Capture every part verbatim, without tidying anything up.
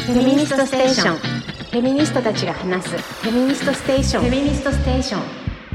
フェミニストステーション。フェミニストたちが話すフェミニストステーション。フェミニストステーション。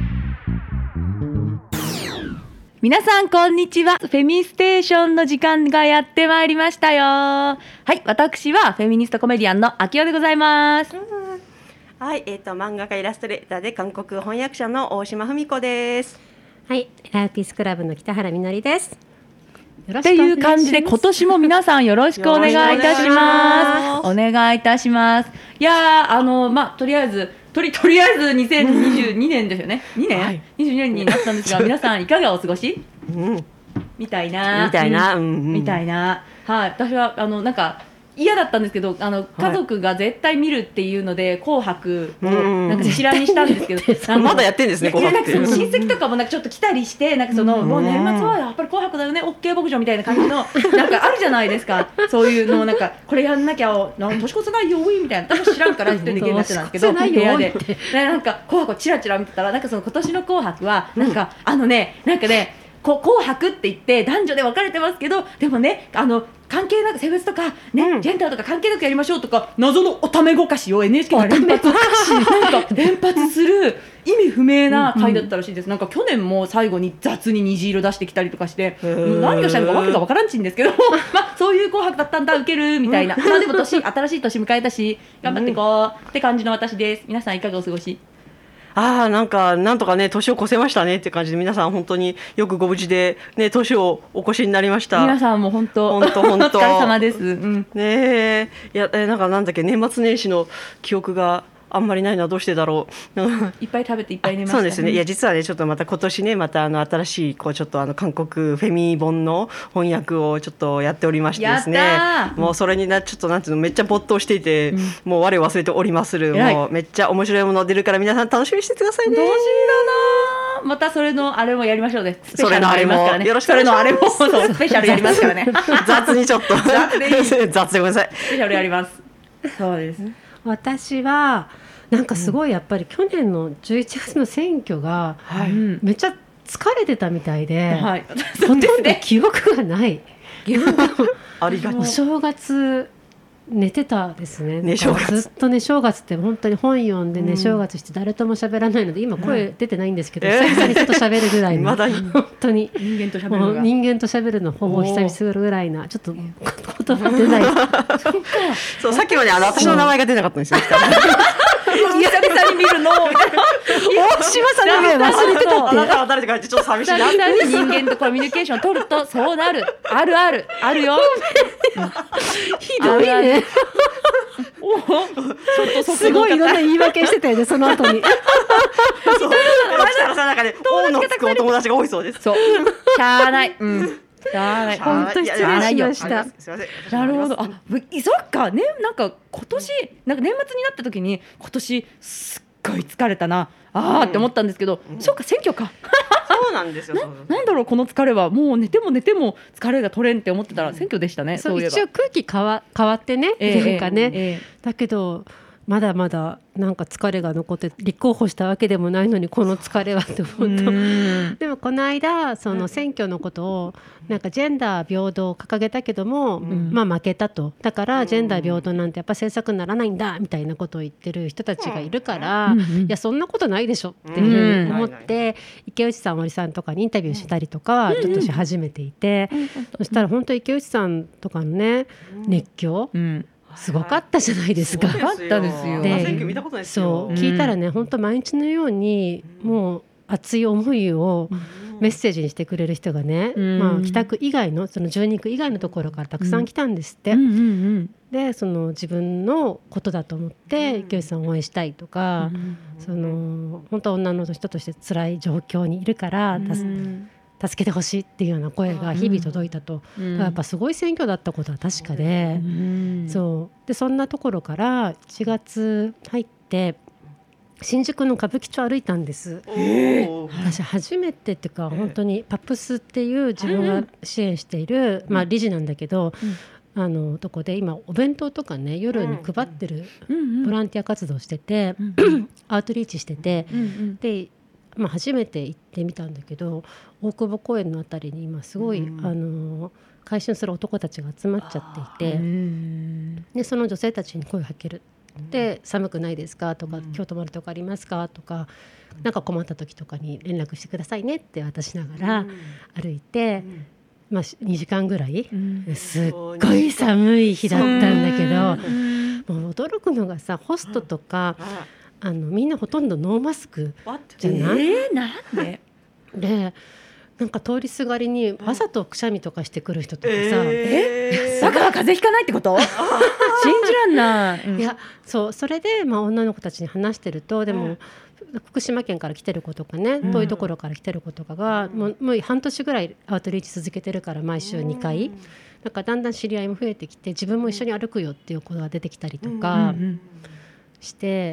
皆さんこんにちは。フェミステーションの時間がやってまいりましたよ。はい、私はフェミニストコメディアンの秋代でございます。 はい、えーと、漫画家イラストレーターで韓国翻訳者の大島文子です。 はい、ライピースクラブの北原みのりです。よろっていう感じで今年も皆さんよろしくお願いいたします。お願いいたします。いやーあのまあとりあえずとりとりあえずにせんにじゅうにねんですよね。にねん、はい、にじゅうにねんになったんですが皆さんいかがお過ごし？うん、みたいなみたいな、うんうん、 みたいな。はい、私はあのなんか嫌だったんですけど、あの家族が絶対見るっていうので、はい、紅白をなんか一覧にしたんですけど、 まだやってんですね、紅白って。 なんかその親戚とかもなんかちょっと来たりして、なんかその、うん、もう年末はやっぱり紅白だよね、OK 牧場みたいな感じのなんかあるじゃないですか。そういうのをなんかこれやんなきゃ年越せないよみたいな、私知らんから一人でゲームやってたんですけど、部屋でなんか紅白をチラチラ見てたら、なんかその今年の紅白はなんか、うん、あのねなんかねこ紅白って言って男女で分かれてますけど、でもねあの関係なく性別とか、ねうん、ジェンダーとか関係なくやりましょうとか謎のおためごかしを エヌエイチケー が連発なんか連発する意味不明な回だったらしいです。なんか去年も最後に雑に虹色出してきたりとかして、何をしたのかわけが分からんちんですけどまあそういう紅白だったんだウケるみたいな、まあでも年新しい年迎えたし頑張ってこうって感じの私です。皆さんいかがお過ごし？ ああなんかなんとかね年を越せましたねって感じで、皆さん本当によくご無事でね年をお越しになりました。 皆さんも本当本当本当お疲れ様です、うん、 ねえいやえなんかなんだっけ年末年始の記憶があんまりないのはどうしてだろういっぱい食べていっぱい寝ました。 そうですね。いや実はねちょっとまた今年ねまたあの新しいこうちょっとあの韓国フェミ本の翻訳をちょっとやっておりましてですね、もうそれになちょっとなんていうのめっちゃ没頭していて、うん、もう我を忘れておりまする。もうめっちゃ面白いもの出るから皆さん楽しみにしててくださいね。 楽しみだな。またそれのあれもやりましょうね。スペシャルもありますからね。 よろしくお願いします。 それのあれもそうスペシャルやりますからね。 雑にちょっと雑でいい雑でごめんなさい。 スペシャルやります。そうです。 私はなんかすごいやっぱり去年のじゅういちがつの選挙がめっちゃ疲れてたみたいで、はい、ほとんど記憶がないありがとう。 お正月寝てたですね。 寝正月ずっとね正月って本当に本読んでね、うん、正月して誰とも喋らないので今声出てないんですけど、うん、久々にちょっと喋るぐらいの、 まだ本当に人間と喋るのが人間と喋るのほぼ久々するぐらいなちょっと言葉出ないそうさっきまであの私の名前が出なかったんですよ久々に見るのみたいな大島さんの名前忘れてたって、 あなたは誰とか言ってちょっと寂しいな。 人間とコミュニケーションを取るとそうなる。あるあるあるよひどいねすごいいろんな言い訳してたよねその後にそう北原さんの中で王のつくお友達が多いそうです。 そうしゃあない、うん本当に失礼しました。 なるほど。あ、そっかね。なんか今年なんか年末になった時に今年すっごい疲れたなあーって思ったんですけど、うん、そっか選挙かそうなんですよな, なんだろうこの疲れはもう寝ても寝ても疲れが取れんって思ってたら選挙でしたね、うん、 そう一応空気変 わ, 変わってね、えー、なんかね、えー、だけどまだまだなんか疲れが残って立候補したわけでもないのにこの疲れはって思うとでもこの間その選挙のことをなんかジェンダー平等を掲げたけども、うん、まあ負けたと。だからジェンダー平等なんてやっぱ政策にならないんだみたいなことを言ってる人たちがいるから、うん、いやそんなことないでしょっていうふうに思って、うん、池内さん森さんとかにインタビューしたりとかちょっとし始めていて、うんうん、そしたら本当池内さんとかのね熱狂、うんすごかったじゃないですか。 すごかったですよ。 で、選挙見たことないですよ。 そう聞いたらね、本当毎日のようにもう熱い思いをメッセージにしてくれる人がね、うんまあ、北区以外のそのじゅうにく以外のところからたくさん来たんですって。うんうんうんうん、で、その自分のことだと思って池内さんを応援したいとか、うん、その本当女の人として辛い状況にいるから。うん助けてほしいっていうような声が日々届いたと、うん、だからやっぱすごい選挙だったことは確かで、うん、そうでそんなところからいちがつ入って新宿の歌舞伎町歩いたんです。私初めてっていうか本当にパプスっていう自分が支援している、まあ、理事なんだけど、うん、あのとこで今お弁当とかね夜に配ってるボランティア活動してて、うん、アウトリーチしてて、うん、でまあ、初めて行ってみたんだけど大久保公園のあたりに今すごい、うん、あの買春する男たちが集まっちゃっていて、でその女性たちに声をかける。で寒くないですかとか、今日泊まるとこありますかとか、なんか困った時とかに連絡してくださいねって渡しながら歩いて、まあ、にじかんぐらい、すっごい寒い日だったんだけど、もう驚くのがさ、ホストとかあのみんなほとんどノーマスクじゃない、 えー、なんででなんか通りすがりにわざとくしゃみとかしてくる人とかさ、 えー、だから風邪ひかないってこと信じらんない、 うん、いやそうそれで、まあ、女の子たちに話してると、でも、うん、福島県から来てる子とかね、遠いところから来てる子とかが、うん、もう、もう半年ぐらいアウトリーチ続けてるから毎週にかい、うん、なんかだんだん知り合いも増えてきて、自分も一緒に歩くよっていう子が出てきたりとかして、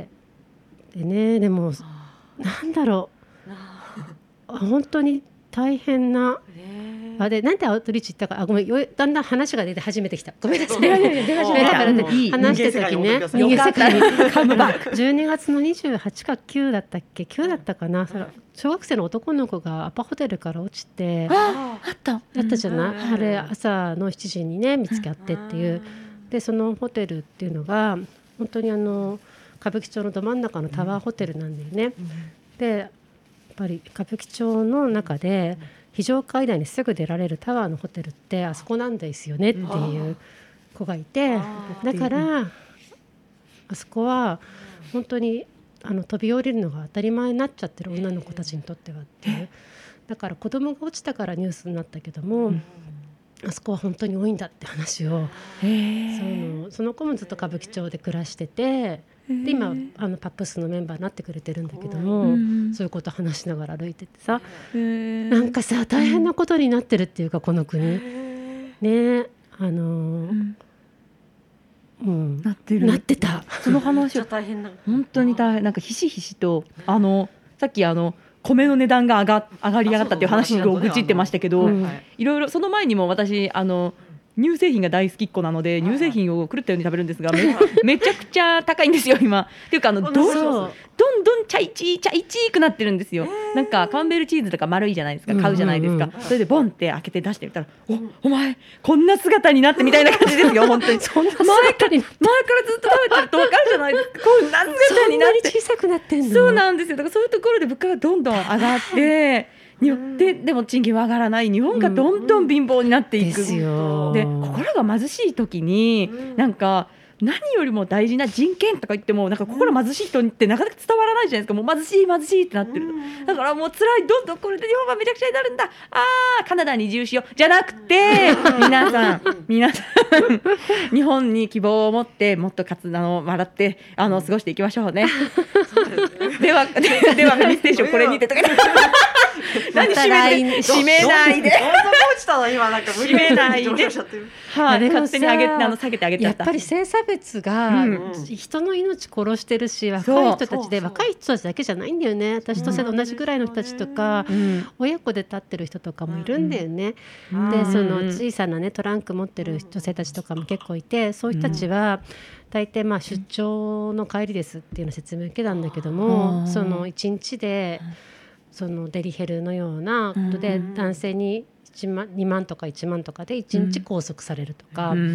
でね、でもなんだろう、本当に大変な、あでなんでアウトリーチ行ったか、あごめん、よだんだん話が出て始めてきた、ごめんなさい出始めたからね、話してた時ね、人間世界にカムバックじゅうにがつのにじゅうはちかきゅうだったっけ、きゅうだったかな、それ小学生の男の子がアパホテルから落ちて、 ああったあったじゃない、あれ朝のしちじにね見つけ合ってっていう、でそのホテルっていうのが本当にあの歌舞伎町のど真ん中のタワーホテルなんだよね、でやっぱり歌舞伎町の中で非常階段にすぐ出られるタワーのホテルってあそこなんですよねっていう子がいて、だからあそこは本当にあの飛び降りるのが当たり前になっちゃってる女の子たちにとってはっていう、だから子供が落ちたからニュースになったけども、あそこは本当に多いんだって話を、その、その子もずっと歌舞伎町で暮らしてて、で今あのパップスのメンバーになってくれてるんだけども、うん、そういうこと話しながら歩いててさ、なんかさ大変なことになってるっていうか、この国ね、あのーうんうん、なってるなってたその話は大変な本当に大変、なんかひしひしと、あのさっきあの米の値段が上が、上がり上がったっていう話を愚痴ってましたけど、うん、いろいろその前にも私あの乳製品が大好きっ子なので、乳製品を狂ったように食べるんですが、め, めちゃくちゃ高いんですよ今。っていうかあのどんどんどんチャイチーチャイチーくなってるんですよ。なんかカンベルチーズとか丸いじゃないですか、買うじゃないですか、うんうんうん、それでボンって開けて出してみたら、お, お前こんな姿になってみたいな感じですよ本当にそんな前から前からずっと食べてると分かるじゃないですか、こんな姿になって、 そんなに小さくなってんの。 そうなんですよ。だからそういうところで物価がどんどん上がってで, でも賃金は上がらない、日本がどんどん貧乏になっていく、うん、ですよ。で心が貧しい時に、うん、なんか何よりも大事な人権とか言ってもなんか心貧しい人ってなかなか伝わらないじゃないですか。もう貧しい貧しいってなってる、うん、だからもう辛い、どんどんこれで日本がめちゃくちゃになるんだ、あーカナダに移住しようじゃなくて皆さん皆さん日本に希望を持ってもっと活動を笑ってあの過ごしていきましょうねではで, ではフェミステーションこれにてとか何締め締めないで締めないではい、勝手に上げてあの下げてあげてやっぱり性差別が人の命殺してるし、うん、若い人たちで若い人たちだけじゃないんだよね。私と同じぐらいの人たちとか、うん、親子で立ってる人とかもいるんだよね、うん、でその小さな、ね、トランク持ってる女性たちとかも結構いて、そういう人たちは大抵まあ出張の帰りですっていうの説明を受けたんだけども、うん、そのいちにちでそのデリヘルのようなことで男性にいちまんにまんとかいちまんとかでいちにち拘束されるとか、うん、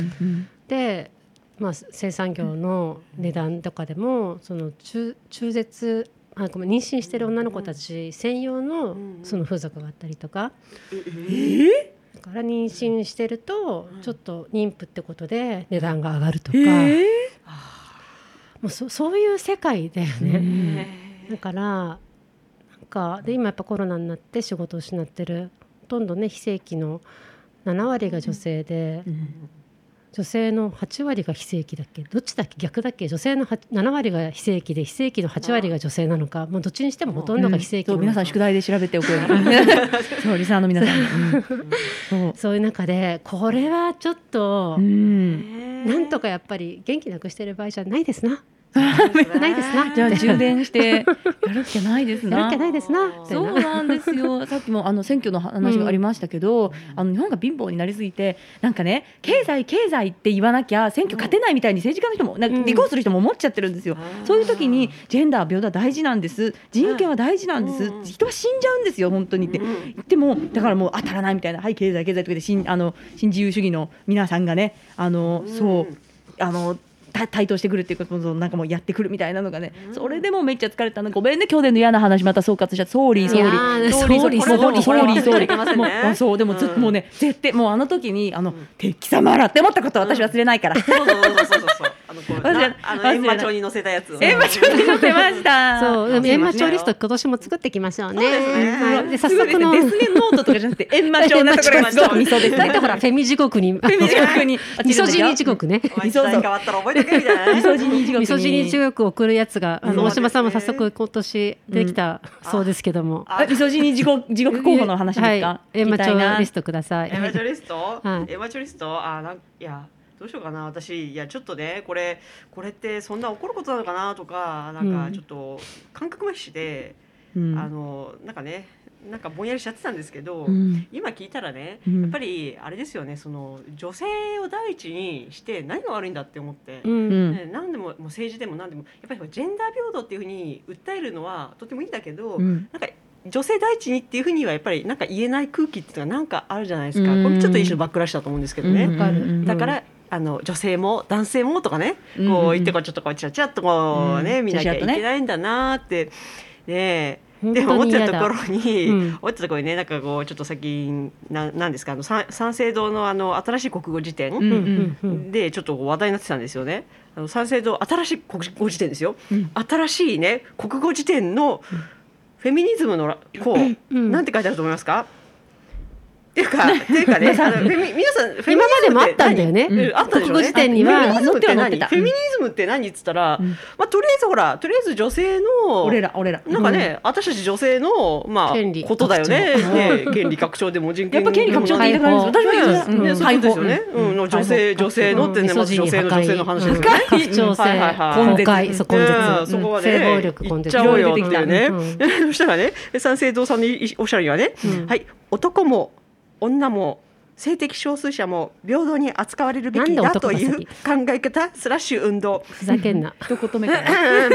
で、まあ、生産業の値段とかでもその 中, 中絶あごめん妊娠してる女の子たち専用のその風俗があったりとか、 えー、 だから妊娠してるとちょっと妊婦ってことで値段が上がるとか、えー、 もう そ, そういう世界だよね、だからかで今やっぱコロナになって仕事を失ってるほとんどね非正規のななわりが女性で、うん、女性のはちわりが非正規だっけ、どっちだっけ、逆だっけ、女性のななわりが非正規で非正規のはちわりが女性なのか、もうどっちにしてもほとんどが非正規、 うん、そう皆さん宿題で調べておくようにそうリスナーの皆さん、うん、 そうそういう中でこれはちょっと、うん、なんとかやっぱり元気なくしてる場合じゃないですなないですな。 じゃあ充電してやるっきゃないですな。 やるっきゃないですな。 そうなんですよ。さっきもあの選挙の話がありましたけど、うん、あの日本が貧乏になりすぎてなんかね経済経済って言わなきゃ選挙勝てないみたいに政治家の人もなんか立候補する人も思っちゃってるんですよ、うん、そういう時にジェンダー平等は大事なんです、人権は大事なんです、うん、人は死んじゃうんですよ本当にって言ってもだからもう当たらないみたいな、はい経済経済とかで新あの新自由主義の皆さんがねあの、うん、そうあの台頭してくるっていうかなんかもうやってくるみたいなのがね、うん、それでもめっちゃ疲れたの。ごめんね去年の嫌な話また総括しちゃってソーリーソーリーソーリーソーリーソーリーソーリーソーリーもうそうでもずっともうね絶対もうあの時にあの敵様らって思ったことは私忘れないから、うん、 そうそうそうそうそうあのこうなあの閻魔帳に載せたやつを閻魔帳に載せましたそう閻魔帳リスト今年も作ってきましょうね。 そうですね、 はい、で早速のデスメノートとかじゃなくて閻魔帳のところがすごくミソです。 だってほらフェミ地獄にフェミ地獄にミソジニ地獄ね時代変わったら覚えてくれみたいなミソジニ地獄にミソジニ地獄を送るやつがあの大島さんも早速今年できたそうですけども、 うん、ミソジニ地獄地獄候補の話ですか。 閻魔帳リストください。 閻魔帳リスト閻魔帳リストあなんいやどうしようかな私いやちょっとねこれこれってそんな怒ることなのかなとかなんかちょっと感覚麻痺で、うん、あのなんかねなんかぼんやりしちゃってたんですけど、うん、今聞いたらね、うん、やっぱりあれですよねその女性を第一にして何が悪いんだって思って、うんね、何でももう政治でも何でもやっぱりジェンダー平等っていうふうに訴えるのはとてもいいんだけど、うん、なんか女性第一にっていうふうにはやっぱりなんか言えない空気っていうのがなんかあるじゃないですか、うん、これちょっと一種のバックラッシュだと思うんですけどね、うん、だからあの女性も男性もとかねこう言ってこうちょっとこうチラチラっとこうね、うん、見なきゃいけないんだなってねで思ってたところに、うん、思ってたところにねなんかこうちょっと最近ななんですかあの三省堂のあの新しい国語辞典、うんうんうん、でちょっと話題になってたんですよね。あの三省堂新しい国語辞典ですよ、うん、新しいね国語辞典のフェミニズムのこう、うん、なんて書いてあると思いますか。っていうか、っていうかね、あのフェミ皆さんフェミニズムって今までもあったんだよね。 うん、あったでしょうね。 国語辞典にはフェミニズムって何？フェミニズムって何っつったら、うん、まあとりあえずほら、とりあえず女性の俺ら俺らなんかね、うん、私たち女性のまあことだよね。ね、権利拡張でも人権やっぱ権利拡張って言いたくないです。私も言いたくない。 そうですよね。うん、の女性女性のってね、まず女性の女性の話ですよね。 拡張性、根絶、そこ根絶、 そこはね、 性暴力根絶、 いっちゃおうよっていうね。そしたらね、三省堂さんにおっしゃるにはね、はい、男も女も性的少数者も平等に扱われるべきだという考え方スラッシュ運動。 ふざけんな。 一言目から。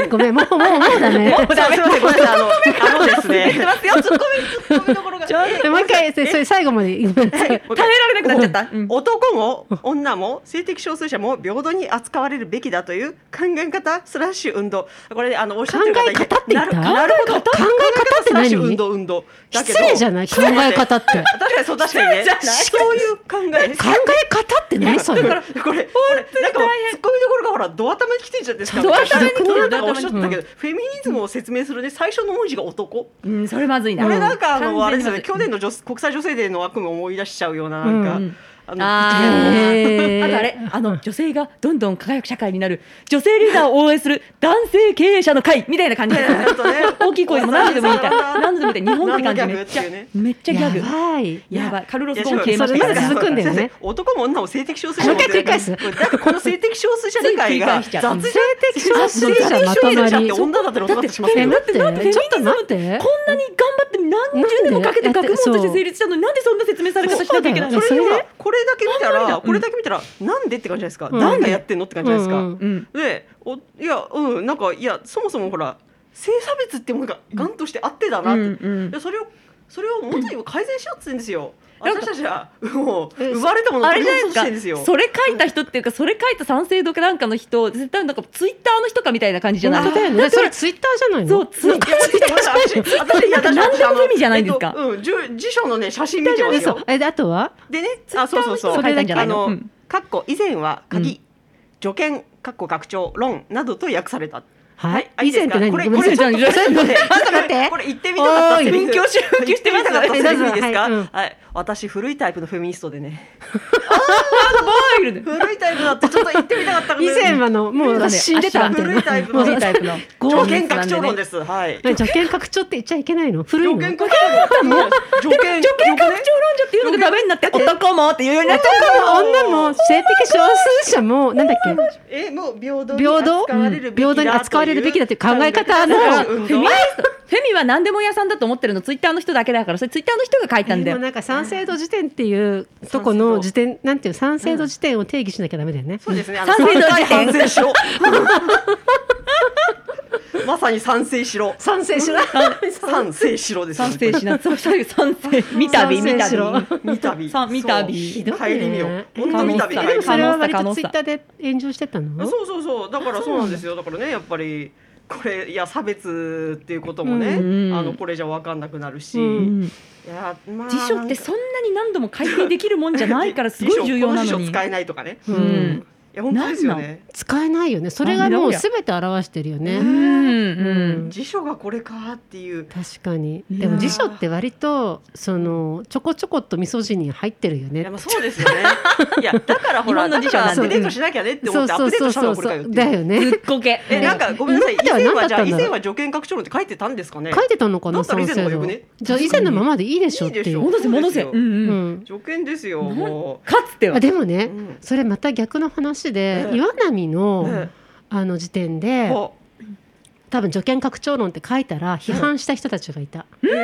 ごめんもうもうもうだね。 もうダメ。ごめんなさいあのあのですね。ツッコミツッコミどころが。 もう一回それ最後まで。 耐えられなくなっちゃった。 男も女も性的少数者も平等に扱われるべきだという考え方スラッシュ運動。これあのおっしゃってる方考え方って言った。 なるほど。考え方って何？ 運動運動。 失礼じゃない考え方って。 確かにそう確かにね。そういう考え。 考え方って何それ。 だからこれこれなんかツッコミどころがほらドア玉に来てるじゃないですか。ドア玉に来てるっておっしゃったけど、フェミニズムを説明するね最初の文字が男。 うん、それまずいな。 これなんかあのあれですよね。去年の女国際女性デーの枠も思い出しちゃうようななんか。うんあのあとあれあの女性がどんどん輝く社会になる女性リーダーを応援する男性経営者の会みたいな感じで、ね、大きい声でも何でもいいから何でもいいから日本って感じめっちゃめっちゃギャグやばいやばいカルロス・ゴーン消えました。 それまだ続くんだよね。 男も女も性的少数者も繰り返す。 だってこの性的少数者理解が雑性的少数者まとまり。 女だったら男だってしますよ。 だってちょっと待って。 こんなに頑張って何十年もかけて学問として成立したのになんでそんな説明され方しなきゃいけないの。 それでこれだけ見たらこれだけ見たらなんでって感じじゃないですか。誰がやってんのって感じじゃないですか。うんうん、で、おいやうんなんかいやそもそもほら性差別ってものがガンとしてあってだなって、うんうん、でそれをそれを元に改善しようって言うんですよ。私たちはもう生まれたものを取り戻してるんですよ。 それ書いた人っていうかそれ書いた三省堂かなんかの人絶対なんかツイッターの人かみたいな感じじゃない。 だよね。それツイッターじゃないの。そうツイッターじゃない。 いや何でも意味じゃないんですか。 うん辞書のね写真見てますよ。 えあとはでねあそうそうそうそれだけあの括弧以前は鍵助言括弧拡張論などと訳された。 はい。以前って何？ これこれちょっと待って。 これ言ってみたかった。 これ言ってみたかった。 勉強集中してます。 いいですか。はい。 私古いタイプのフェミニストでねワイルド古いタイプだってちょっと言ってみたかった以前はのもう死んでたみたいな古いタイプの古いタイプの条件拡張論です。はい。 条件拡張って言っちゃいけないの？古いの？ 条件拡張論。条件条件拡張論者っていうのがダメになって男もっていうようになっちゃう。 女も性的少数者もなんだっけ？ えもう平等に平等扱われるべきだ平等に扱われるべきだっていう考え方のフェミニストフェミは何でも屋さんだと思ってるのツイッターの人だけだから、それツイッターの人が書いたんだよ。 でもなんか三制度辞典っていうとこの辞典なんていう三制度辞典を定義しなきゃダメだよね。 そうですね。 三制度辞典賛成しろ。まさに賛成しろ。 賛成しろ。 賛成しろです。 賛成しな。そうそう賛成。見たび見たび見たび。 見たび。 帰り見よ。本当見たび。 それは割とツイッターで炎上してたの？ そうそうそう。だからそうなんですよ。だからねやっぱり。これいや差別っていうこともね、うん、あのこれじゃ分かんなくなるし、うん、いや、まあ、 辞書ってそんなに何度も改訂できるもんじゃないからすごい重要なのに。 辞書この辞書使えないとかね、 うん、 いや本当ですよね。 使えないよね。それがもうすべて表してるよね。 うんうん、辞書がこれかっていう。 確かに。でも辞書って割とそのちょこちょこっとミソジニー入ってるよね。 いやまあそうですよね。いやだからほらだからアップデートしなきゃねって思ってアップデートしたのがこれかよっていう。 だよね。 ずっこけ。 えなんかごめんなさい。以前はじゃあ以前は条件拡張論って書いてたんですかね。 書いてたのかな。 だったら以前の方がよくね。 じゃあ以前のままでいいでしょっていう。 戻せ戻せ。うんうん。 条件ですよ。もうかつては。 でもね、それまた逆の話で岩波のあの時点で。多分助言拡張論って書いたら批判した人たちがいた、うん、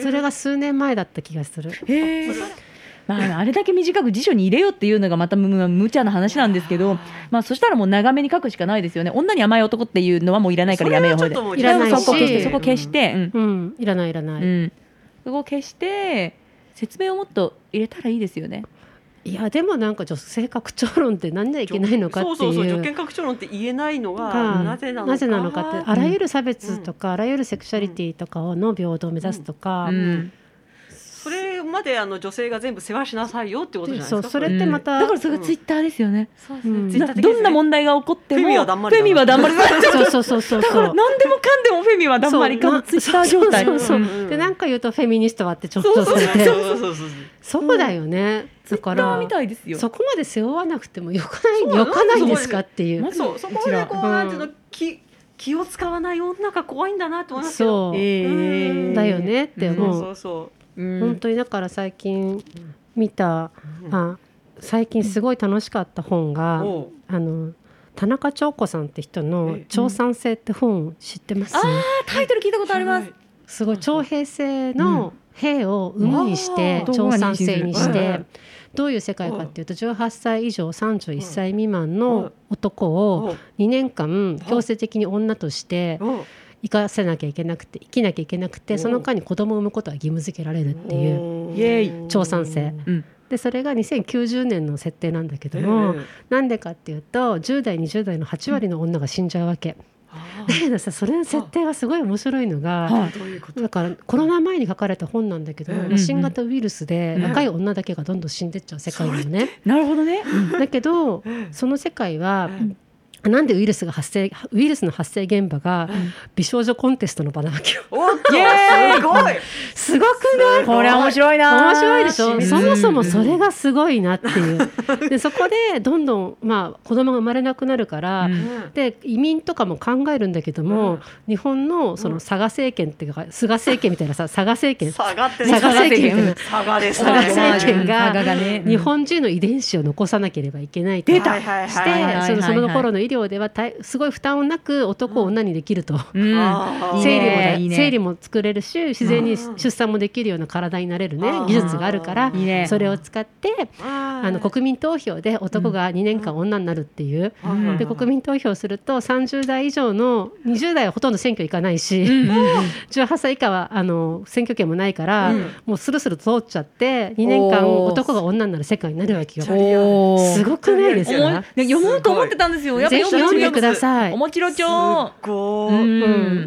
それが数年前だった気がする。 へまあ、あれだけ短く辞書に入れよっていうのがまた無茶な話なんですけど、まあ、そしたらもう長めに書くしかないですよね。女に甘い男っていうのはもういらないからやめよう。 ういらないしそこ消してそこ消して、うんうん、いらないいらない、うん、 そこ消して説明をもっと入れたらいいですよね。 いやでもなんか女性拡張論って何じゃいけないのかっていう、 そうそうそう助言拡張論って言えないのがなぜなのか、 なぜなのかってあらゆる差別とか、うん、あらゆるセクシャリティとかの平等を目指すとか、うんうん、 それまであの女性が全部世話しなさいよってことじゃないですか。 そうそれってまた、 うん、だからそれがツイッターですよね、 うん、 そうですね、どんな問題が起こってもフェミはだんまりフェミはだんまりそうそうそうそうだから何でもかんでもフェミはだんまりかのツイッター状態。 そうそうそうそう、でなんか言うとフェミニストはってちょっとそれでそうだよね。だからみたいですよ。 そこまで背負わなくてもよくないよかないですかっていう。 そうそこでこうなんていうの、気気を使わない女が怖いんだなと思いますけど。 そう、えー、だよねって思う。 そうそうそう、うん、 本当にだから最近見た、うん、あ最近すごい楽しかった本が、うん、あの田中彫子さんって人の超賛成って本知ってます？ あタイトル聞いたことあります。 すごい徴兵制の兵を有無にして超賛成にしてどういう世界かっていうとじゅうはっさい以上さんじゅういっさい未満の男をにねんかん強制的に女として生かせなきゃいけなくて生きなきゃいけなくてその間に子供を産むことは義務付けられるっていう超賛成でそれがにせんきゅうじゅうねんの設定なんだけどもなんでかっていうとじゅう代にじゅう代のはち割の女が死んじゃうわけだけどさそれの設定がすごい面白いのが、はあ、だからコロナ前に書かれた本なんだけど、うんうん、新型ウイルスで若い女だけがどんどん死んでっちゃう世界なのね。 なるほどね。 だけどその世界はなんでウイルスが発生ウイルスの発生現場が美少女コンテストの場なわけよ。 おっとすごいすごくない？ これ面白いな。 面白いでしょ。そもそもそれがすごいなっていうでそこでどんどん、まあ、子供が生まれなくなるから、うん、で移民とかも考えるんだけども、うん、日本のその佐賀政権っていうか菅政権みたいなさ佐賀政権佐賀って佐賀政権みたいな佐賀です佐賀政権が日本人の遺伝子を残さなければいけないとしてその頃の医療ではすごい負担をなく男を女にできると、うん、生理もいいね、生理も作れるし自然に出産もできるような体になれるね技術があるからいい、ね、それを使ってあの国民投票で男がにねんかん女になるっていう、うん、で国民投票するとさんじゅう代以上のにじゅう代はほとんど選挙行かないし、うん、じゅうはっさい以下はあの選挙権もないから、うん、もうスルスル通っちゃってにねんかん男が女になる世界になるわけよ。すごくないですか？ 読もうと思ってたんですよ。やっぱ読んでください。 おもちろちょすごい、 うん、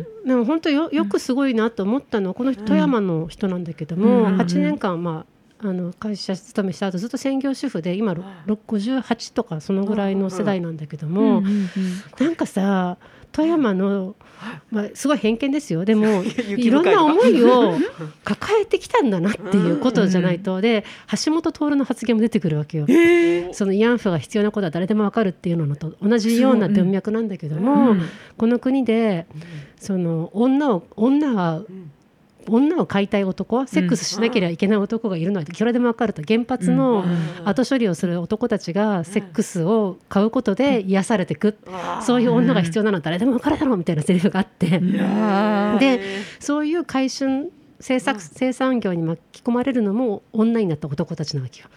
でも本当 よ, よくすごいなと思ったのはこの人富山の人なんだけども、うん、はちねんかん、まあ、あの会社勤めした後ずっと専業主婦で今ごじゅうはちとかそのぐらいの世代なんだけども、うん、なんかさ富山の、まあ、すごい偏見ですよ。でもいろんな思いを抱えてきたんだなっていうことじゃないと。で橋本徹の発言も出てくるわけよ。その慰安婦が必要なことは誰でも分かるっていうのと同じような文脈なんだけども、この国でその女を女は女を飼いたい男はセックスしなければいけない男がいるのはいくらでも分かると。原発の後処理をする男たちがセックスを買うことで癒されていく、そういう女が必要なのは誰でも分かるだろうみたいなセリフがあって、でそういう回春生産生産業に巻き込まれるのも女になった男たちなわけよ。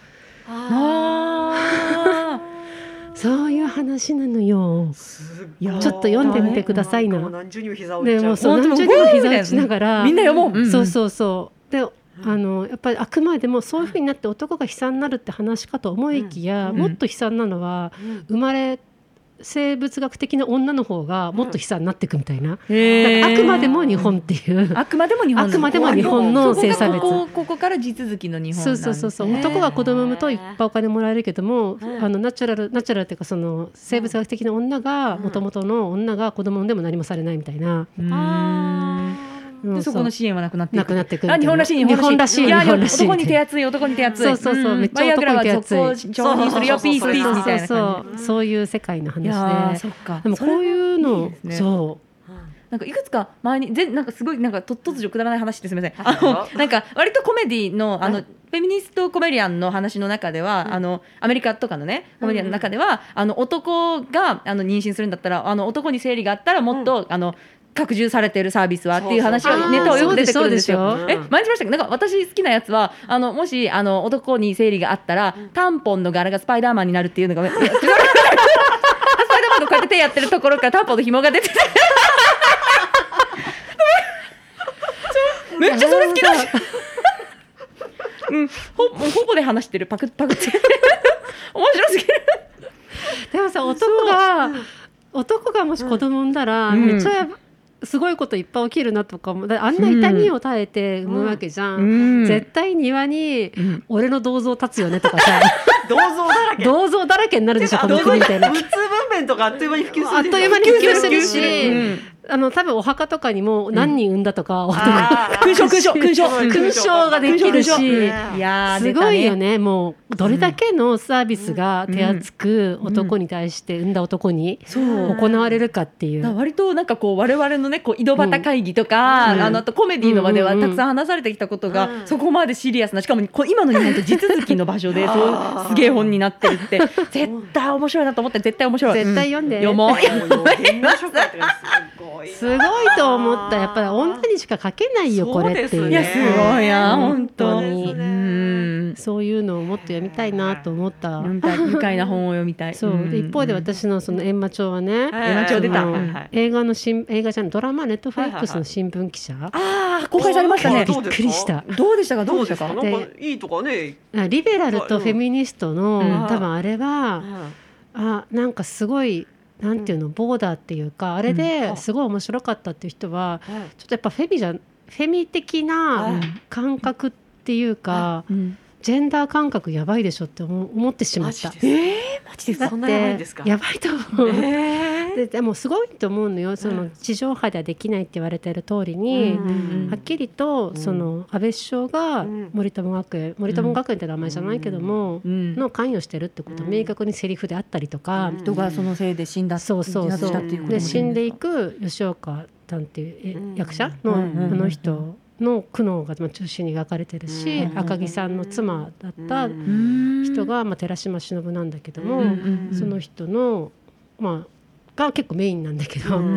あそういう話なのよ。ちょっと読んでみてくださいな。 何十人も膝を打っちゃう。 でもそう何十人も膝を打ちながらみんな読もう、うん、 そうそうそうであのやっぱりあくまでもそういうふうになって男が悲惨になるって話かと思いきや、うん、もっと悲惨なのは、うん、生まれ生物学的な女の方がもっと悲惨になっていくみたいな、うん、だからあくまでも日本っていうあくまでも日本のあくまでも日本の性差別、 ここ、ここから地続きの日本なんですね。 そうそうそうそう、男が子供産むといっぱいお金もらえるけども、あのナチュラルナチュラルっていうかその生物学的な女が元々の女が子供産んでも何もされないみたいな、うんあでそこの支援はなくなっていく。 なくなっていく。 あ日本らしい日本らしい。いやいや男に手厚い男に手厚い。 そうそうそう、うん、めっちゃ男に手厚い。 バイアグラはそこを承認するよピースピースみたいな感じ。 そういう世界の話で。 いやそっか。 でもこういうのいいですね。そう。 なんかいくつか前に全なんかすごいなんかと突如くだらない話ですみません。あのなんか割とコメディのあのフェミニストコメディアンの話の中では、うん、あのアメリカとかのねコメディアンの中では、うん、あの男があの妊娠するんだったらあの男に生理があったらもっと、うん、あの拡充されてるサービスはっていう話がネタをよく出てくるんですよ。え前にしましたけどなんか私好きなやつはあのもしあの男に生理があったら、うん、タンポンの柄がスパイダーマンになるっていうのがスパイダーマンのこうやって手やってるところからタンポンの紐が出ててめっちゃそれ好きだしうん、ほ, ほぼで話してるパクパクって面白すぎる。 でもさ男が男がもし子供産んだら、うん、めっちゃやばすごいこといっぱい起きるなとかもあんな痛みを耐えて産むわけじゃん、うん、絶対庭に俺の銅像立つよねとかさ、 うん、銅像だらけ銅像だらけになるでしょこの国みたいな。 普通分娩とかあっという間に普及する。 あっという間に普及するし、うんあの多分お墓とかにも何人産んだとか、うん、 勲章勲章勲章勲章ができるし、 いやすごいよね。もうどれだけのサービスが手厚く男に対して産んだ男に行われるかっていう、 うん、割となんかこう我々のねこう井戸端会議とか、うん、あのあとコメディの場ではたくさん話されてきたことが、うん、そこまでシリアスなしかもこ今の日本と地続きの場所でそうすげえ本になってるって絶対面白いなと思って絶対面白い絶対読んで、 うん、読もうすごいと思った。やっぱり女にしか書けないよこれっていう。 いやすごいな本当に、うん、そういうのをもっと読みたいなと思った。 愉快な本を読みたい。 そうで一方で私のその閻魔帳はね、 閻魔帳出た、 映画の新映画じゃんドラマネットフリックスの新聞記者、 ああ公開されましたね。 びっくりした。 どうでしたかどうでしたか。 なんかいいとかね。 リベラルとフェミニストの、うん、多分あれは、うん、あなんかすごいなんていうのボーダーっていうかあれですごい面白かったっていう人は、うん、ちょっとやっぱフェミじゃフェミ的な感覚っていうか、うん、ジェンダー感覚やばいでしょって思ってしまった。 えー、マジですか。 だってやばいと思う、えー、で, でもすごいと思うのよ。その地上波ではできないって言われている通りに、うん、はっきりとその安倍首相が森友学園、うん、森友学園って名前じゃないけども、うん、の関与してるってことは明確にセリフであったりとか、 うん、人がそのせいで死んだそうそうそうで死んでいく吉岡さんっていう役者の、うん、あの人の苦悩が中心に描かれてるし、うん、赤木さんの妻だった人が、まあ、寺島しのぶなんだけども、うん、その人の、まあ、が結構メインなんだけど、うん、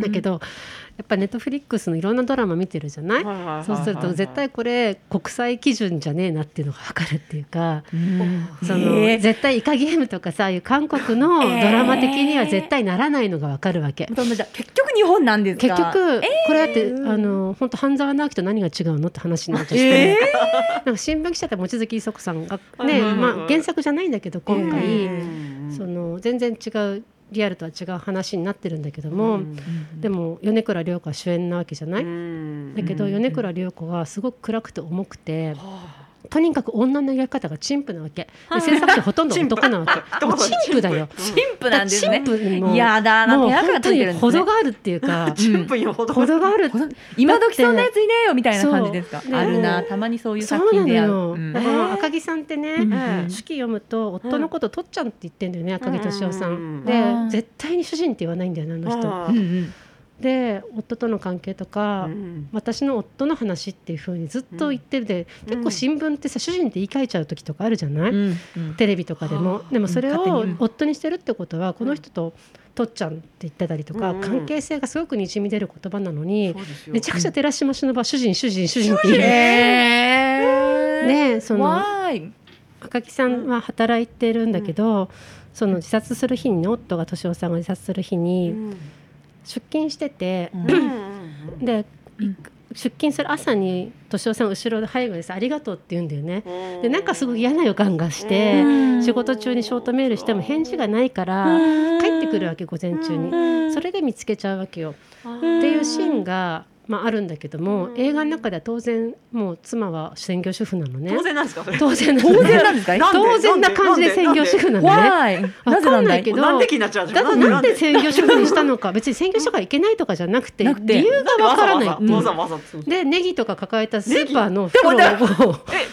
だけどやっぱネットフリックスのいろんなドラマ見てるじゃない、はいはいはいはい、そうすると絶対これ国際基準じゃねえなっていうのが分かるっていうか、うん、そのえー、絶対イカゲームとかさいう韓国のドラマ的には絶対ならないのが分かるわけ、 えー、結局日本なんですか。 結局、えー、これだってあの本当半沢直樹と何が違うのって話になっちゃって、えー、なんか新聞記者って望月磯子さんがね、まあ、原作じゃないんだけど今回、えー、その全然違うリアルとは違う話になってるんだけども、うん、でも米倉涼子は主演なわけじゃない、うん、だけど米倉涼子はすごく暗くて重くて、 とにかく女の描き方が陳腐なわけで、制作者ほとんど男なわけもう陳腐だよ、 陳腐なんですね。 陳腐にもやだな、手垢がついてるんですね。 程があるっていうか陳腐に程がある。 今時そんなやついねえよみたいな感じですか。 そうあるな、たまにそういう作品である。 そうなのよ、うん、だから赤木さんってね、うん、手記読むと夫のこととっちゃんって言ってんだよね、赤木俊夫さん、うん、で絶対に主人って言わないんだよね、あの人、うんうん、で夫との関係とか、うん、私の夫の話っていう風にずっと言ってるで、うん、結構新聞ってさ主人って言い換えちゃう時とかあるじゃない、うんうん、テレビとかでも、でもそれを夫にしてるってことはこの人ととっちゃんって言ってたりとか、うん、関係性がすごくにじみ出る言葉なのに、めちゃくちゃ寺島しのぶは主人主人主人って言う、えー、ね、その赤木さんは働いてるんだけど、うん、その自殺する日に、ね、夫が俊夫さんが自殺する日に、うん、出勤してて、うん、で、うん、出勤する朝に俊夫さん後ろで背後でさありがとうって言うんだよね。でなんかすごい嫌な予感がして、仕事中にショートメールしても返事がないから帰ってくるわけ、午前中に。それで見つけちゃうわけよっていうシーンが、まあ、あるんだけども、映画の中では当然もう妻は専業主婦なのね。 当然なんですかそれ。 当然当然なんですか。 当然な感じで専業主婦なのね。分かんないけど、 なんで気になっちゃう。 だからなんで専業主婦にしたのか、別に専業主婦がいけないとかじゃなくて理由が分からないっていう。 わざわざでネギとか抱えたスーパーの袋を袋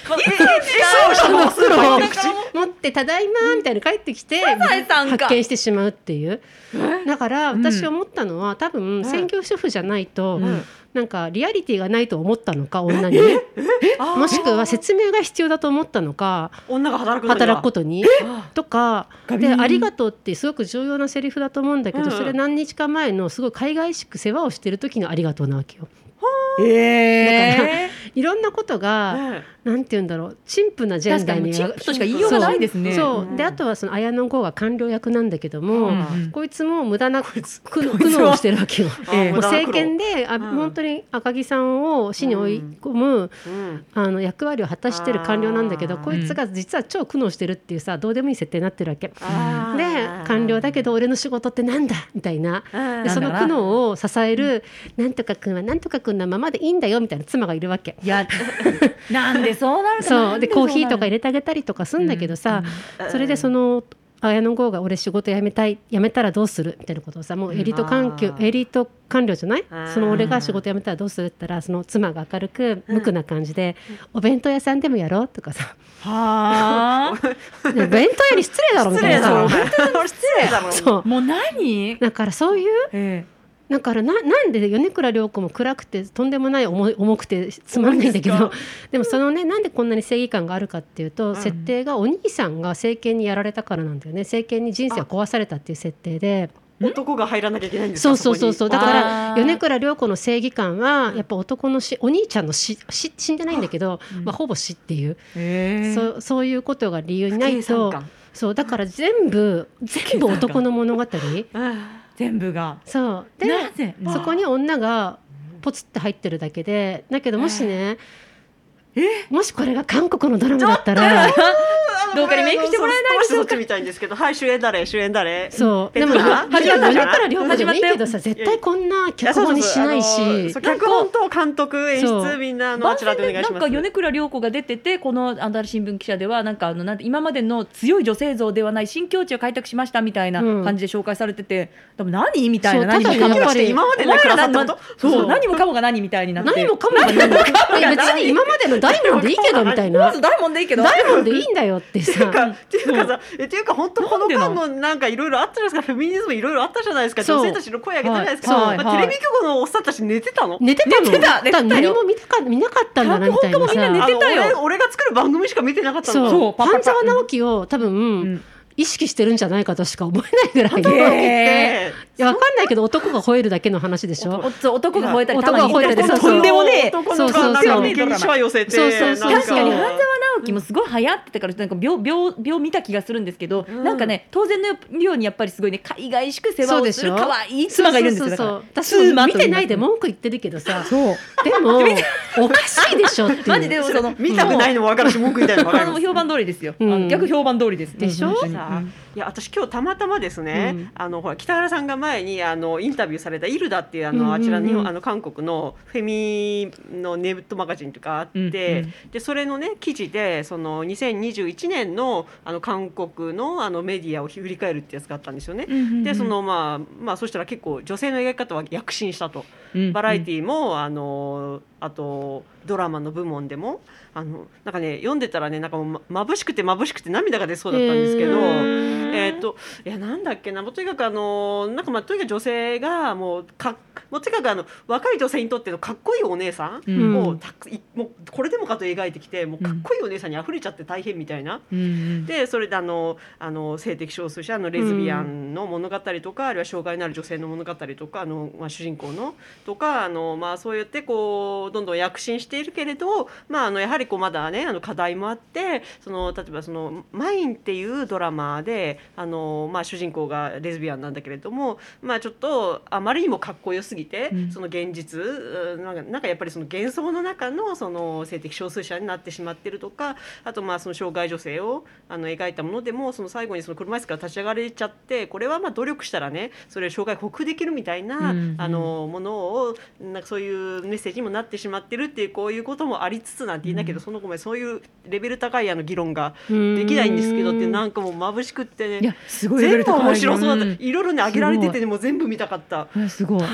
を持ってただいまみたいな帰ってきて発見してしまうっていう。だから私思ったのは、多分専業主婦じゃないとなんかリアリティがないと思ったのか、女にね、もしくは説明が必要だと思ったのか、 女が働く働くことにとかで、ありがとうってすごく重要なセリフだと思うんだけど、それ何日か前のすごい海外しく世話をしてる時のありがとうなわけよ。 えー、 だからいろんなことが、うん、なんて言うんだろう、陳腐なジェンダーに陳腐としか言いようがないですね。 そうそう、うん、であとはその綾野剛が官僚役なんだけども、うん、こいつも無駄な苦悩をしてるわけよ。もう政権であ、うん、本当に赤木さんを死に追い込む、うん、あの役割を果たしてる官僚なんだけど、こいつが実は超苦悩してるっていうさ、どうでもいい設定になってるわけで、官僚だけど俺の仕事ってなんだみたいな、でその苦悩を支える、うん、なんとかくんはなんとかくんのままでいいんだよみたいな妻がいるわけ。 いやなんでそうなるか。 そうでコーヒーとか入れてあげたりとかするんだけどさ、うんうん、それでその綾野剛が俺仕事辞めたい辞めたらどうするみたいなことをさ、もうエリート官僚、エリート官僚じゃない、その俺が仕事辞めたらどうするって言ったら、その妻が明るく無垢な感じで、うん、お弁当屋さんでもやろうとかさ、 は弁当より失礼だろみたいなさ、 失礼だろそうもう何だからそういう、ええだから な, なんで米倉涼子も暗くてとんでもない重い重くてつまんないんだけど、でもそのね、なんでこんなに正義感があるかっていうと、うん、設定がお兄さんが政権にやられたからなんだよね。政権に人生を壊されたっていう設定で、 男が入らなきゃいけないんですか。 そうそうそうそう、だから米倉涼子の正義感はやっぱ男の死、お兄ちゃんの死、死, 死んでないんだけど、うんまあ、ほぼ死っていう、そ, そういうことが理由にないと、そうだから全部全部男の物語全部がそうで、なぜそこに女がポツって入ってるだけで、だけどもしね、えもしこれが韓国のドラマだったらどうかにメイクしてもらえないでしょうか。 みたいんですけど、はい、主演誰主演誰そうでも始まった米倉涼子でもいいけどさ、絶対こんな脚本にしないし、 脚本と監督演出みんなのあちらでお願いします。 なんか米倉涼子が出てて、この新しい新聞記者ではなんかあのなんて今までの強い女性像ではない新境地を開拓しましたみたいな感じで紹介されてて、うん、でも何みたいな、何もかもが今までの倉さんってこと、 そう何もかもが何みたいになって、 何もかもが何別に今までの大門でいいけどみたいな、 大門でいいけど大門でいいんだよってさ、 っていうかさ、っていうか本当この間もなんかいろいろあったじゃないですか。フェミニズムいろいろあったじゃないですか。女性たちの声上げたじゃないですか、はいまあ、テレビ局のおっさんたち寝てたの寝てたの寝てた寝てた何も見たか見なかったんだなみたいなさ、 みんな寝てたよ。 俺, 俺が作る番組しか見てなかったの。 そう半沢直樹を多分、うん意識してるんじゃないかとしか思えないぐらい、 えー、いや分かんないけど男が吠えるだけの話でしょ。 男が吠えたり男が吠えたりとんでもねえ男のがなんかね原始は寄せて、 そうそうそう、確かに半沢直樹もすごい流行ってたからなんか 秒, 秒, 秒見た気がするんですけど、うん、なんかね当然のようにやっぱりすごいね海外しく世話をする可愛い妻がいるんですよ。だから私も見てないで文句言ってるけどさ、そうでもおかしいでしょっていうマジでその見たくないのも分かるし文句言いたいのも分かる評判通りですよ、うん、逆評判通りですでしょ、うん、 いや私今日たまたまですね、うん、あのほら北原さんが前にあのインタビューされたイルダっていうあの、うんうんうん、あちら日本あの韓国のフェミのネットマガジンとかあって、うんうん、でそれのね記事でそのにせんにじゅういちねんのあの韓国のあのメディアを振り返るってやつがあったんですよね、うんうんうん、でそのまあまあそしたら結構女性の描き方は躍進したと、うんうん、バラエティもあのあとドラマの部門でもあのなんかね読んでたらねなんかもうま眩しくて眩しくて涙が出そうだったんですけど、えー、といやなんだっけなもうとにかくあのなんかまあとにかく女性がもうかもうとにかくあの若い女性にとってのかっこいいお姉さんを、うん、たもうこれでもかと描いてきてもうかっこいいお姉さんに溢れちゃって大変みたいな、うん、でそれであのあの性的少数者のレズビアンの物語とか、うん、あるいは障害のある女性の物語とかあの、まあ、主人公のとかあの、まあ、そうやってこうどんどん躍進しているけれど、まあ、あのやはりこうまだねあの課題もあってその例えばそのマインっていうドラマであの、まあ、主人公がレズビアンなんだけれども、まあ、ちょっとあまりにもかっこよすぎて、うん、その現実なんか、なんかやっぱりその幻想の中の、その性的少数者になってしまってるとかあとまあその障害女性をあの描いたものでもその最後にその車椅子から立ち上がれちゃってこれはまあ努力したらねそれを障害克服できるみたいな、うんうん、あのものをなんかそういうメッセージにもなってしまってるっていうこういうこともありつつなんて言いなけど、うん、そのごめんそういうレベル高いあの議論ができないんですけどってなんかもう眩しくってねいやすごい全部面白そうだった、うん、いろいろね挙げられてて、ね、もう全部見たかった。 すごい、うん、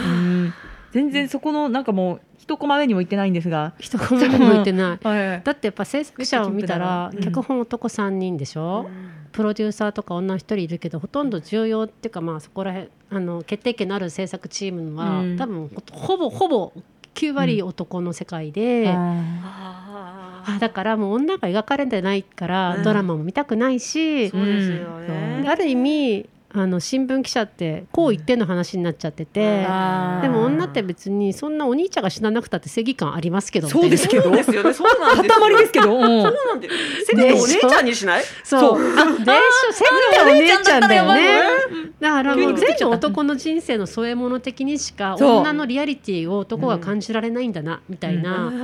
全然そこのなんかもう一コマ目にも行ってないんですが一コマ目にも行ってない、はい、だってやっぱ制作者を見たら脚本男さんにんでしょ、うん、プロデューサーとか女ひとりいるけどほとんど重要っていうかまあそこらへんあの決定権のある制作チームは、うん、多分ほぼほぼきゅうわり男の世界で、うん、ああだからもう女が描かれてないから、うん、ドラマも見たくないし、 そうですよね、 ある意味あの新聞記者ってこう言っての話になっちゃってて、うん、でも女って別にそんなお兄ちゃんが死ななくたって正義感ありますけどそうですけどですよねそうなんですよ塊ですけど、うん、そうなんでせめてお姉ちゃんにしないそうあでしょせめてお姉ちゃんだよねだからもう全部男の人生の添え物的にしか女のリアリティを男が感じられないんだな、うん、みたいな、うん、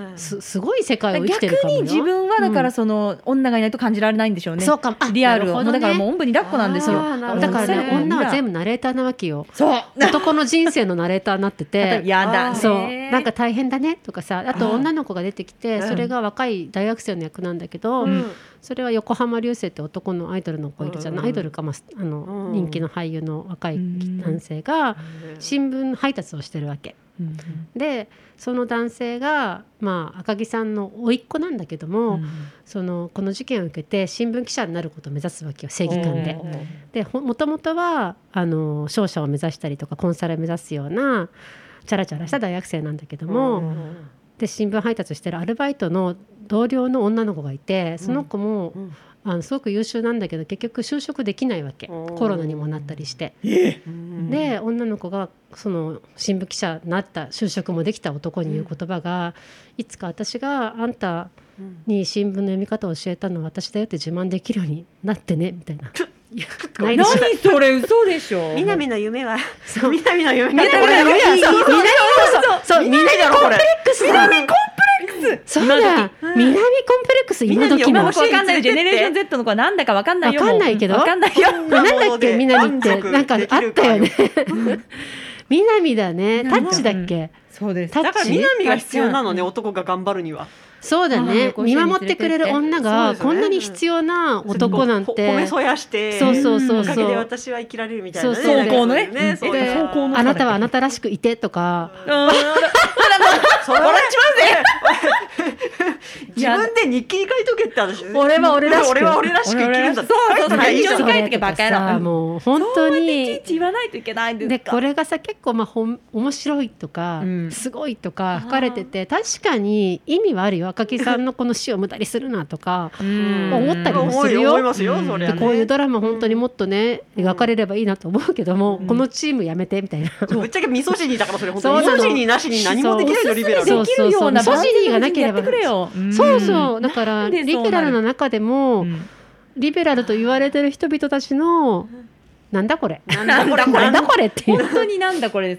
す, すごい世界を生きてるかもよ。 逆に自分はだからその、うん、女がいないと感じられないんでしょうね。 そうかリアルを、ね、もうだからもうおんぶに抱っこなんですよ。 だからね女は全部ナレーターなわけよ。そう男の人生のナレーターになっててやだねそうなんか大変だねとかさあと女の子が出てきてそれが若い大学生の役なんだけど、うん、それは横浜流星って男のアイドルの子いるじゃない、うん、アイドルか、まあ、あのうん、人気の俳優の若い男性が新聞配達をしてるわけ、うん、でその男性が、まあ、赤木さんの甥っ子なんだけども、うん、そのこの事件を受けて新聞記者になることを目指すわけよ正義感で。でもともとはあの商社を目指したりとかコンサルを目指すようなチャラチャラした大学生なんだけども、うん、で新聞配達してるアルバイトの同僚の女の子がいてその子も、うんあのすごく優秀なんだけど結局就職できないわけコロナにもなったりして、えー、で女の子がその新聞記者になった就職もできた男に言う言葉が、うん、いつか私があんたに新聞の読み方を教えたのは私だよって自慢できるようになってねみたいな何それ嘘でしょ。 南の夢はそう南の夢南の夢はそう南コンプレックス南コンプレックスそうだ南コンプレックス今時のわかんないジェネレーション Z の子はなんだかわかんないよわかんないけどわかんないよなんだっけ南ってなんかあったよね南だねタッチだっけそうですだから南が必要なのね男が頑張るにはそうだね見守ってくれる女がこんなに必要な男なんて褒めそやしてそうそうそうそうおかげで私は生きられるみたいなねそうそうそうねねそうであなたはあなたらしくいてとかそれ笑っちまうぜ自分で日記に書いとけって話俺は俺らしく俺は俺らしく生きるんだそうそうそう一緒に書いとけバカ野郎もう本当にいちいち言わないといけないんですか。 でこれがさ結構まあほん面白いとか、うん、すごいとか書かれてて確かに意味はあるよ赤木さんのこの死を無駄にするなとか思ったりもするよ。 思いますよそれはね。 でこういうドラマ本当にもっとね描かれればいいなと思うけども、うん、このチームやめてみたいなぶっちゃけミソジニーだからそれ本当にミソジニーなしに何もできないのリベラルできるようなミソジニーがなければそそうそうだからリベラルの中でも、うん、リベラルと言われてる人々たちのなんだこれなんだこれなんだこれっていう本当になんだこれですから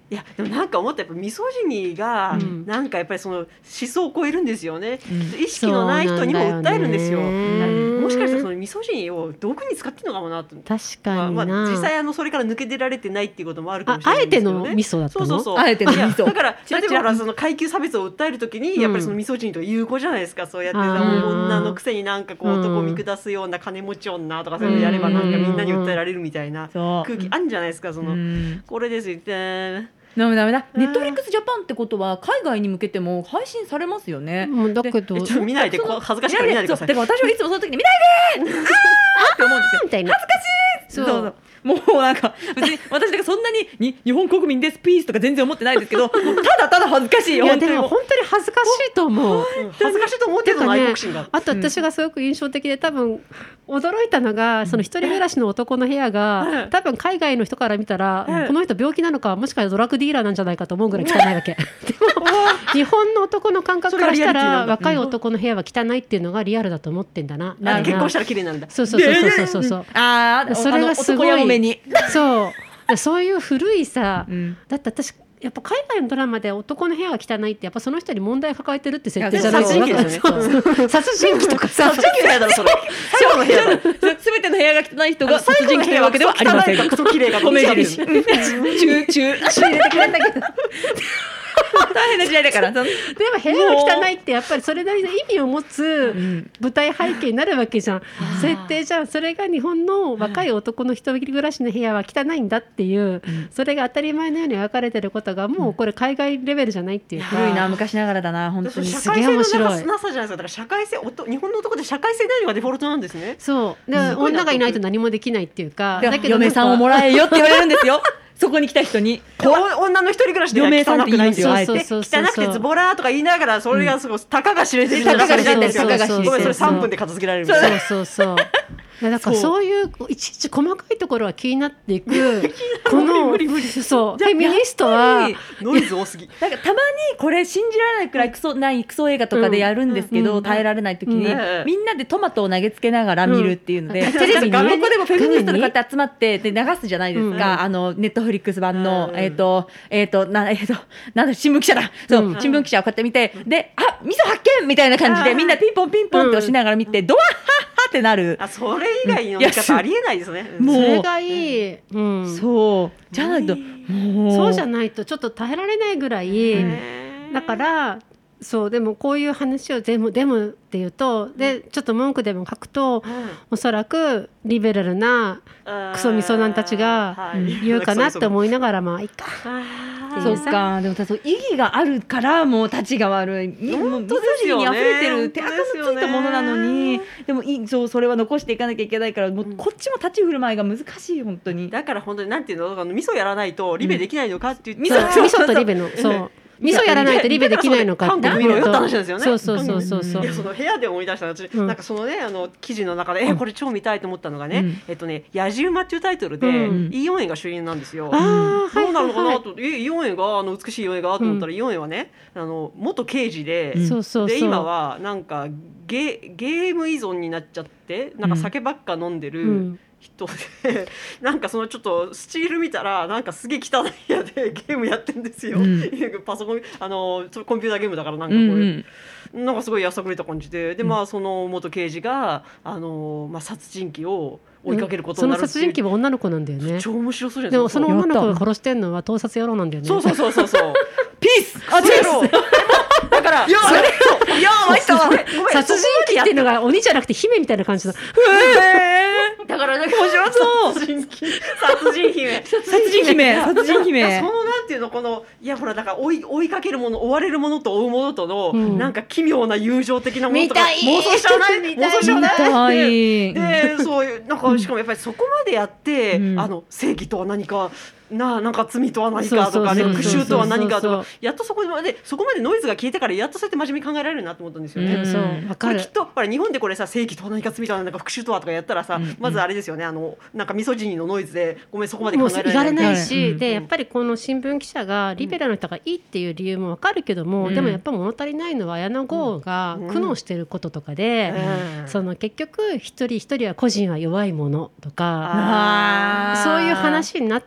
いやでもなんか思ったやっぱミソジニーがなんかやっぱりその思想を超えるんですよね、うん、意識のない人にも訴えるんですよ、もしかしたらそのミソジニーを毒に使ってるのかもなと。 確かにな、 まあ、実際あのそれから抜け出られてないっていうこともあるかもしれないんですけどね。 あ, あえてのミソだったの。 そうそうそう、 あえてのミソだから例えばその階級差別を訴えるときにやっぱりそのミソジニーとか有効じゃないですか、そうやって女のくせになんかこう男を見下すような金持ち女とかそういうのやればなんかみんなに訴えられるみたいな空気あるんじゃないですか。そのこれですよね。 ダメダメだ。ネットフリックスジャパンってことは海外に向けても配信されますよね。 うん、だけどちょっと見ないで、恥ずかしいから見ないでください。 だから私はいつもその時に見ないでーあーって思うんですよ。 みたいな恥ずかしい。そうそうもうなんか別に私だからそんなにに日本国民ですピースとか全然思ってないですけど、もうただただ恥ずかしい。 いやでも本当に恥ずかしいと思う。 恥ずかしいと思ってるの愛国心が。 あと私がすごく印象的で多分驚いたのが、その一人暮らしの男の部屋が多分海外の人から見たらこの人病気なのか、もしかしたらドラッグディーラーなんじゃないかと思うぐらい汚いわけ。でも日本の男の感覚からしたら若い男の部屋は汚いっていうのがリアルだと思ってんだな。 あ、結婚したら綺麗なんだ。 そうそうそうそうそうそう。 ああ、 それがすごい。 男やめに。 そう。そういう古いさ、うん、だって私やっぱ海外のドラマで男の部屋が汚いってやっぱその人に問題抱えてるって設定じゃないですか。殺人鬼とかさ、 殺人鬼の部屋だろそれ。最後の部屋だろ。 すべての部屋が汚い人が殺人鬼というわけではありません。 クソ綺麗が米印。中中足入れてくれたけど。大変な時代だから。でも部屋が汚いってやっぱりそれなりの意味を持つ舞台背景になるわけじゃん、うん、設定じゃん。それが日本の若い男の一人暮らしの部屋は汚いんだっていう、うん、それが当たり前のように描かれてることがもうこれ海外レベルじゃないっていうか、 古いな、昔ながらだな。本当にすげえ面白い。社会性のなさじゃないですか。だから社会性、日本の男で社会性ないのがデフォルトなんですね。 そうで女がいないと何もできないっていうか、 だけど嫁さんをもらえよって言われるんですよ。そこに来た人に女の一人暮らしでは汚くないんですよ。汚くてズボラとか言いながらそれがすごいたかが知れてるじゃないですか。ごめん、それさんぷんで片付けられるみたいな。 そうそうそうだからそういういちいち細かいところは気になっていくこのそうフェミニストはノイズ多すぎ。 なんかたまにこれ信じられないくらいクソないクソ映画とかでやるんですけど、耐えられない時にみんなでトマトを投げつけながら見るっていうので、テレビにここでもフェミニストとかって集まってで流すじゃないですか。あのネットフリックス版のえっとえっとなえっとなんだ新聞記者だ。そう新聞記者をこうやって見て、であ味噌発見みたいな感じでみんなピンポンピンポンって押しながら見てドワッハッハってなる。 あ、それ以外の見方ありえないですね。 もうそれがいい、うん、 そうじゃないともうそうじゃないとちょっと耐えられないぐらいだから。そうでもこういう話を全部デモっていうとでちょっと文句でも書くと、うん、おそらくリベラルなクソみそなんたちが言うかなって思いながらまあいいか。 そうか。でも意義があるからもう立ちが悪い。本当ですよね。ミソジニーに溢れてる手垢のついたものなのに、でもいそうそれは残していかなきゃいけないからもうこっちも立ち振る舞いが難しい本当に。 だから本当になんていうの、あの味噌やらないとリベできないのかって言って、 うん、味噌とリベのそう味噌やらないとリベできないのかって韓国見ろよって話ですよね。 そうそうそうそうそう。 いやその部屋で思い出したの私、うん、なんかそのねあの記事の中で、うん、えこれ超見たいと思ったのがね、うん、えっとねやじ馬っていうタイトルで、うん、イ・ヨンエが主演なんですよ。あどうなるのかなと、はいはいはい、イ・ヨンエがあの美しいイ・ヨンエがと思ったら、うん、イ・ヨンエはねあの元刑事で、うん、でそう今はなんかゲゲーム依存になっちゃってなんか酒ばっか飲んでる。うんうん人でなんかそのちょっとスチール見たらなんかすげえ汚い部屋でゲームやってるんですよ、うん、パソコンあのコンピューターゲームだからなんかこういう、うんうん、なんかすごいやさぐれた感じででまあその元刑事があの、まあ、殺人鬼を追いかけることになる、 うん、その殺人鬼は女の子なんだよね。 超面白そうじゃないですか。 でもその女の子が殺してんのは盗撮野郎なんだよね。 そうそうそうそうそうピースあ違うだからいやそれいや参ったわ殺人鬼っていうのが鬼じゃなくて姫みたいな感じだ。 だからなんか面白そう殺人殺人姫殺人姫殺人姫そのなんていうのこのいやほらだから追い追いかけるもの追われるものと追うものとの、うん、なんか奇妙な友情的なものとか妄想しちゃわない妄想しちゃわないでそういうなんかしかもやっぱりそこまでやって、うん、あの正義とは何かななんか罪とは何かとかね復讐とは何かとかやっとそこまでそこまでノイズが消えてからやっとそうやって真面目に考えられるなと思ったんですよね。うん、そう分かる。きっとほら日本でこれさ正義とは何か罪とは何か復讐とはとかやったらさ、うん、まずあれですよねあのなんかミソジニーのノイズでごめんそこまで考えられない。もう言われないし、 うん、でやっぱりこの新聞記者がリベラルの人がいいっていう理由も分かるけども、うん、でもやっぱ物足りないのは綾野剛が苦悩してることとかで、うん、その結局一人一人は個人は弱いものとかそういう話になってるわけよ。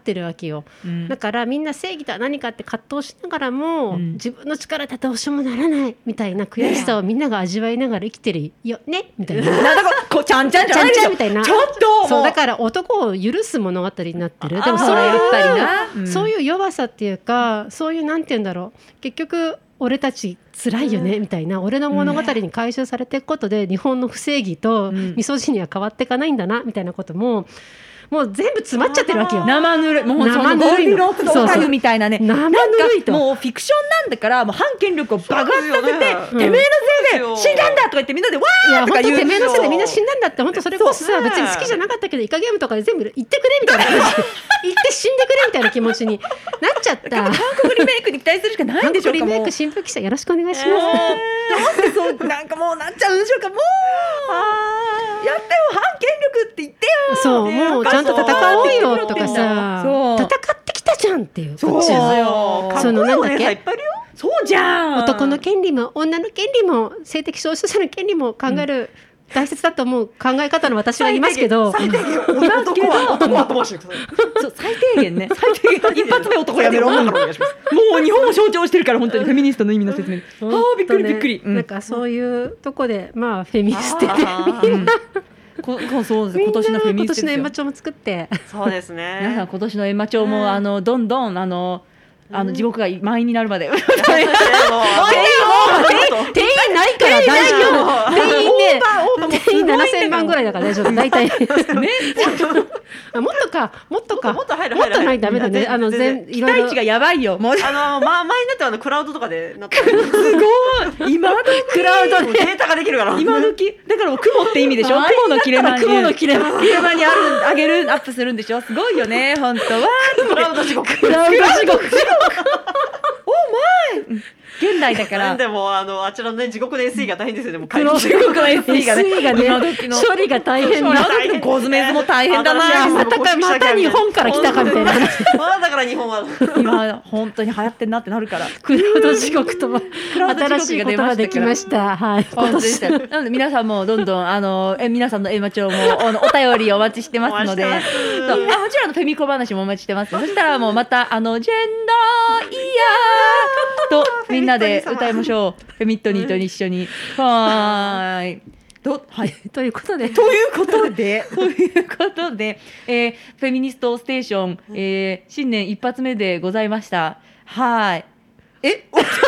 よ、 うん、 だからみんな正義とは何かって葛藤しながらも、うん、自分の力でどうしようもならないみたいな悔しさをみんなが味わいながら生きてるよねみたいななんかこうちゃんちゃんじゃないでしょちゃんちゃんみたいなちょっとそうだから男を許す物語になってる。でもそれやっぱりな、うん、そういう弱さっていうかそういうなんて言うんだろう結局俺たち辛いよねみたいな俺の物語に回収されていくことで日本の不正義とミソジニは変わっていかないんだなみたいなことももう全部詰まっちゃってるわけよ。 生ぬるいもうそのゴールデンロックのおかゆみたいなね生ぬるいともうフィクションなんだからもう反権力を爆発させて、ね、てめえのせいで死んだんだとか言ってみんなでわーとか言う。いや本当てめえのせいでみんな死んだんだって本当それこそさ別に好きじゃなかったけどイカゲームとかで全部言ってくれみたいな言って死んでくれみたいな気持ちになっちゃった。韓国リメイクに期待するしかないんでしょうか。 韓国リメイク新聞記者よろしくお願いします、 えー、どうしてそうなんかもうなっちゃうんでしょうか。もうあやってよ反権力って言ってよ。 そうもうちゃんと戦おうよとかさ戦ってきたじゃんっていうそうですよ。 そのなんだっけそうじゃん。 男の権利も女の権利も性的少数者の権利も考える、うん大切だと思う考え方の私は言いますけど最低限男は男は飛ばしてください。 そう最低限ね最低限一発目男やめろもう日本を象徴してるから本当にフェミニストの意味の説明あーびっくりびっくり、 うん、なんかそういうとこでまあフェミステでみんなこそうです今年のフェミニスト今年の閻魔帳も作ってそうですね皆さん今年の閻魔帳もあのどんどんあのあの地獄が満員になるまで店員ないから大丈夫店員ね店員ななせんまんぐらいだから大丈夫大体もっとかもっとかもっと入るもっとないとダメだね。あの全期待値がやばいよ。もうあのま前になってあのクラウドとかでなってすごい今時クラウドでデータができるから今時だから雲って意味でしょ。雲の切れ間に雲の切れ間切れ間にあるあげるアップするんでしょ。すごいよね本当はクラウド地獄クラウド地獄お前現代だからでもあのあちらのね地獄の エスイー が大変ですよね。もう地獄の エスイー がねエスイー がね処理が大変だ。 ゴズメズも大変だな。 またかまた日本から来たかみたいな話。 まだだから日本は今本当に流行ってんなってなるからクラウド地獄とは新しい言葉できました。はい。 本当でした。なので皆さんもどんどんあのえ皆さんの閻魔帳もあのお便りお待ちしてますので、そうあもちろんのフェミコ話もお待ちしてます。そしたらもうまたあのジェンダーイヤーとみんなで歌いましょう。フェミットニーと一緒にはーいどはいということでということでということで、えー、フェミニストステーション、えー、新年一発目でございました。はいええ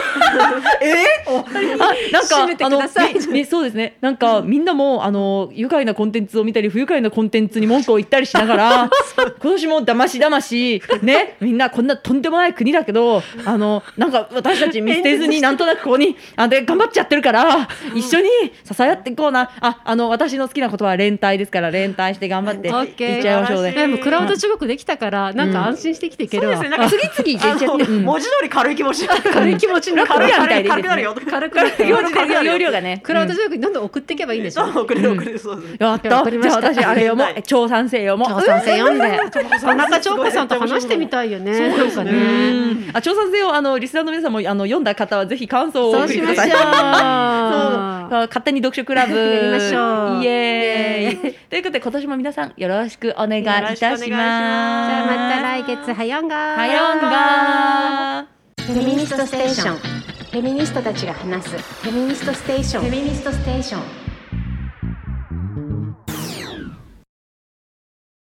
あなんか締めてください。 あのねそうですねなんかみんなもあの愉快なコンテンツを見たり不愉快なコンテンツに文句を言ったりしながら今年もだましだましねみんなこんなとんでもない国だけどあのなんか私たち見捨てずになんとなくここにあで頑張っちゃってるから一緒に支え合っていこうなああの私の好きな言葉は連帯ですから連帯して頑張っていっちゃいましょうね。 でもクラウド地獄できたからなんか安心して生きていけるわ。 そうですねなんか次々いっちゃって文字通り軽い気持ち軽い気持ちにな軽いみたいで軽くなるよ軽くなるよ容量がねクラウド地獄にどんどん送っていけばいいんでしょ。 送れる送れるそうです。 やったじゃあ私あれよも超賛成よも超賛成読んで田中長子さんと話してみたいよね。なんかねあ超賛成をあのリスナーの皆さんもあの読んだ方はぜひ感想をお送りください。 そうしましょう。 そう勝手に読書クラブやりましょう。 イエーイということで今年も皆さんよろしくお願いいたします。じゃあまた来月はよんがはよんがフェミニストステーション。フェミニストたちが話すフェミニストステーション。フェミニストステーション。